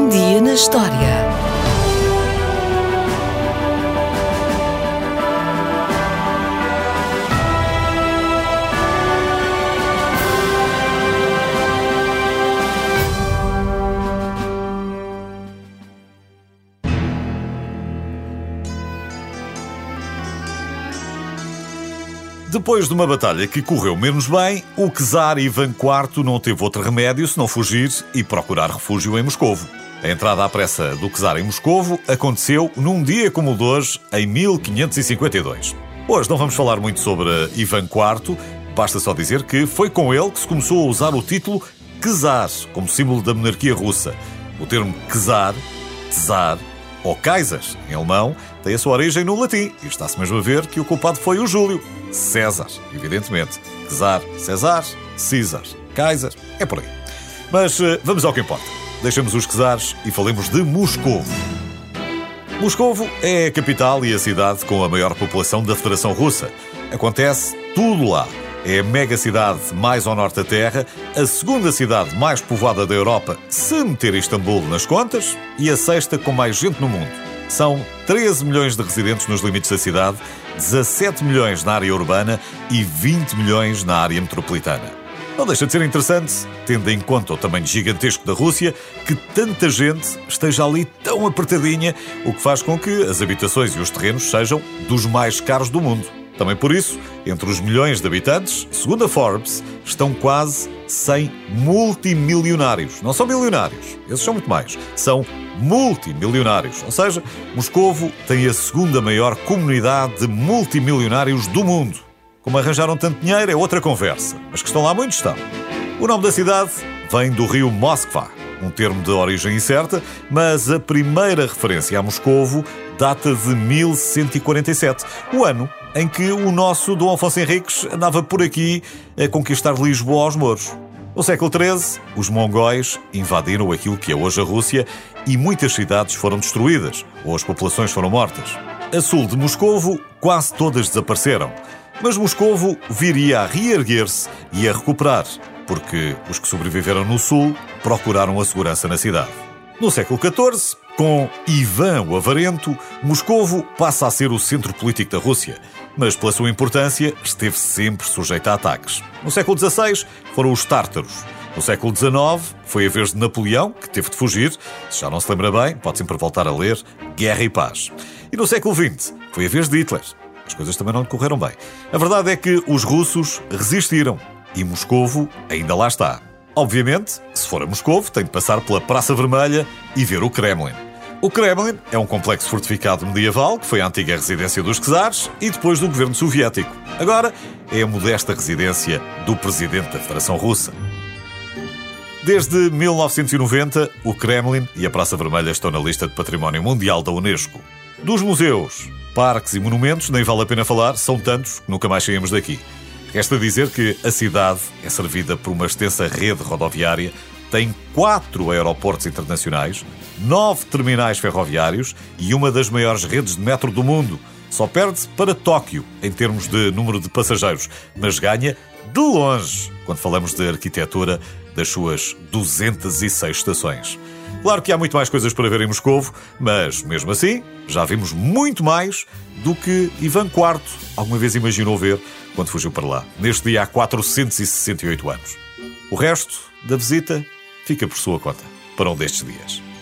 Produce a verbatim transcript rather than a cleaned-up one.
Um dia na história. Depois de uma batalha que correu menos bem, o czar Ivan quarto não teve outro remédio senão fugir e procurar refúgio em Moscovo. A entrada à pressa do czar em Moscovo aconteceu num dia como o de hoje, em mil quinhentos e cinquenta e dois. Hoje não vamos falar muito sobre Ivan quarto, basta só dizer que foi com ele que se começou a usar o título czar como símbolo da monarquia russa. O termo czar, czar ou Kaiser, em alemão, tem a sua origem no latim e está-se mesmo a ver que o culpado foi o Júlio César, evidentemente. Czar, César, César, Kaiser, é por aí. Mas uh, vamos ao que importa. Deixemos os czares e falemos de Moscovo. Moscovo é a capital e a cidade com a maior população da Federação Russa. Acontece tudo lá. É a mega-cidade mais ao norte da Terra, a segunda cidade mais povoada da Europa, se meter Istambul nas contas, e a sexta com mais gente no mundo. São treze milhões de residentes nos limites da cidade, dezassete milhões na área urbana e vinte milhões na área metropolitana. Não deixa de ser interessante, tendo em conta o tamanho gigantesco da Rússia, que tanta gente esteja ali tão apertadinha, o que faz com que as habitações e os terrenos sejam dos mais caros do mundo. Também por isso, entre os milhões de habitantes, segundo a Forbes, estão quase cem multimilionários. Não são milionários, esses são muito mais. São multimilionários. Ou seja, Moscovo tem a segunda maior comunidade de multimilionários do mundo. Como arranjaram tanto dinheiro é outra conversa, mas que estão lá muitos estão. O nome da cidade vem do rio Moskva, um termo de origem incerta, mas a primeira referência a Moscovo data de mil cento e quarenta e sete, o ano em que o nosso Dom Afonso Henriques andava por aqui a conquistar Lisboa aos mouros. No século treze, os mongóis invadiram aquilo que é hoje a Rússia e muitas cidades foram destruídas, ou as populações foram mortas. A sul de Moscovo, quase todas desapareceram, mas Moscovo viria a reerguer-se e a recuperar, porque os que sobreviveram no sul procuraram a segurança na cidade. No século catorze, com Ivan o Avarento, Moscovo passa a ser o centro político da Rússia, mas pela sua importância esteve sempre sujeita a ataques. No século dezasseis foram os tártaros. No século dezanove foi a vez de Napoleão, que teve de fugir. Se já não se lembra bem, pode sempre voltar a ler Guerra e Paz. E no século vinte foi a vez de Hitler. As coisas também não correram bem. A verdade é que os russos resistiram e Moscovo ainda lá está. Obviamente, se for a Moscovo, tem de passar pela Praça Vermelha e ver o Kremlin. O Kremlin é um complexo fortificado medieval que foi a antiga residência dos czares e depois do governo soviético. Agora é a modesta residência do presidente da Federação Russa. Desde mil novecentos e noventa, o Kremlin e a Praça Vermelha estão na lista de Património Mundial da Unesco. Dos museus, parques e monumentos, nem vale a pena falar, são tantos que nunca mais saímos daqui. Resta dizer que a cidade é servida por uma extensa rede rodoviária, tem quatro aeroportos internacionais, nove terminais ferroviários e uma das maiores redes de metro do mundo. Só perde para Tóquio em termos de número de passageiros, mas ganha de longe quando falamos de arquitetura das suas duzentas e seis estações. Claro que há muito mais coisas para ver em Moscovo, mas, mesmo assim, já vimos muito mais do que Ivan quarto alguma vez imaginou ver quando fugiu para lá, neste dia há quatrocentos e sessenta e oito anos. O resto da visita fica por sua conta, para um destes dias.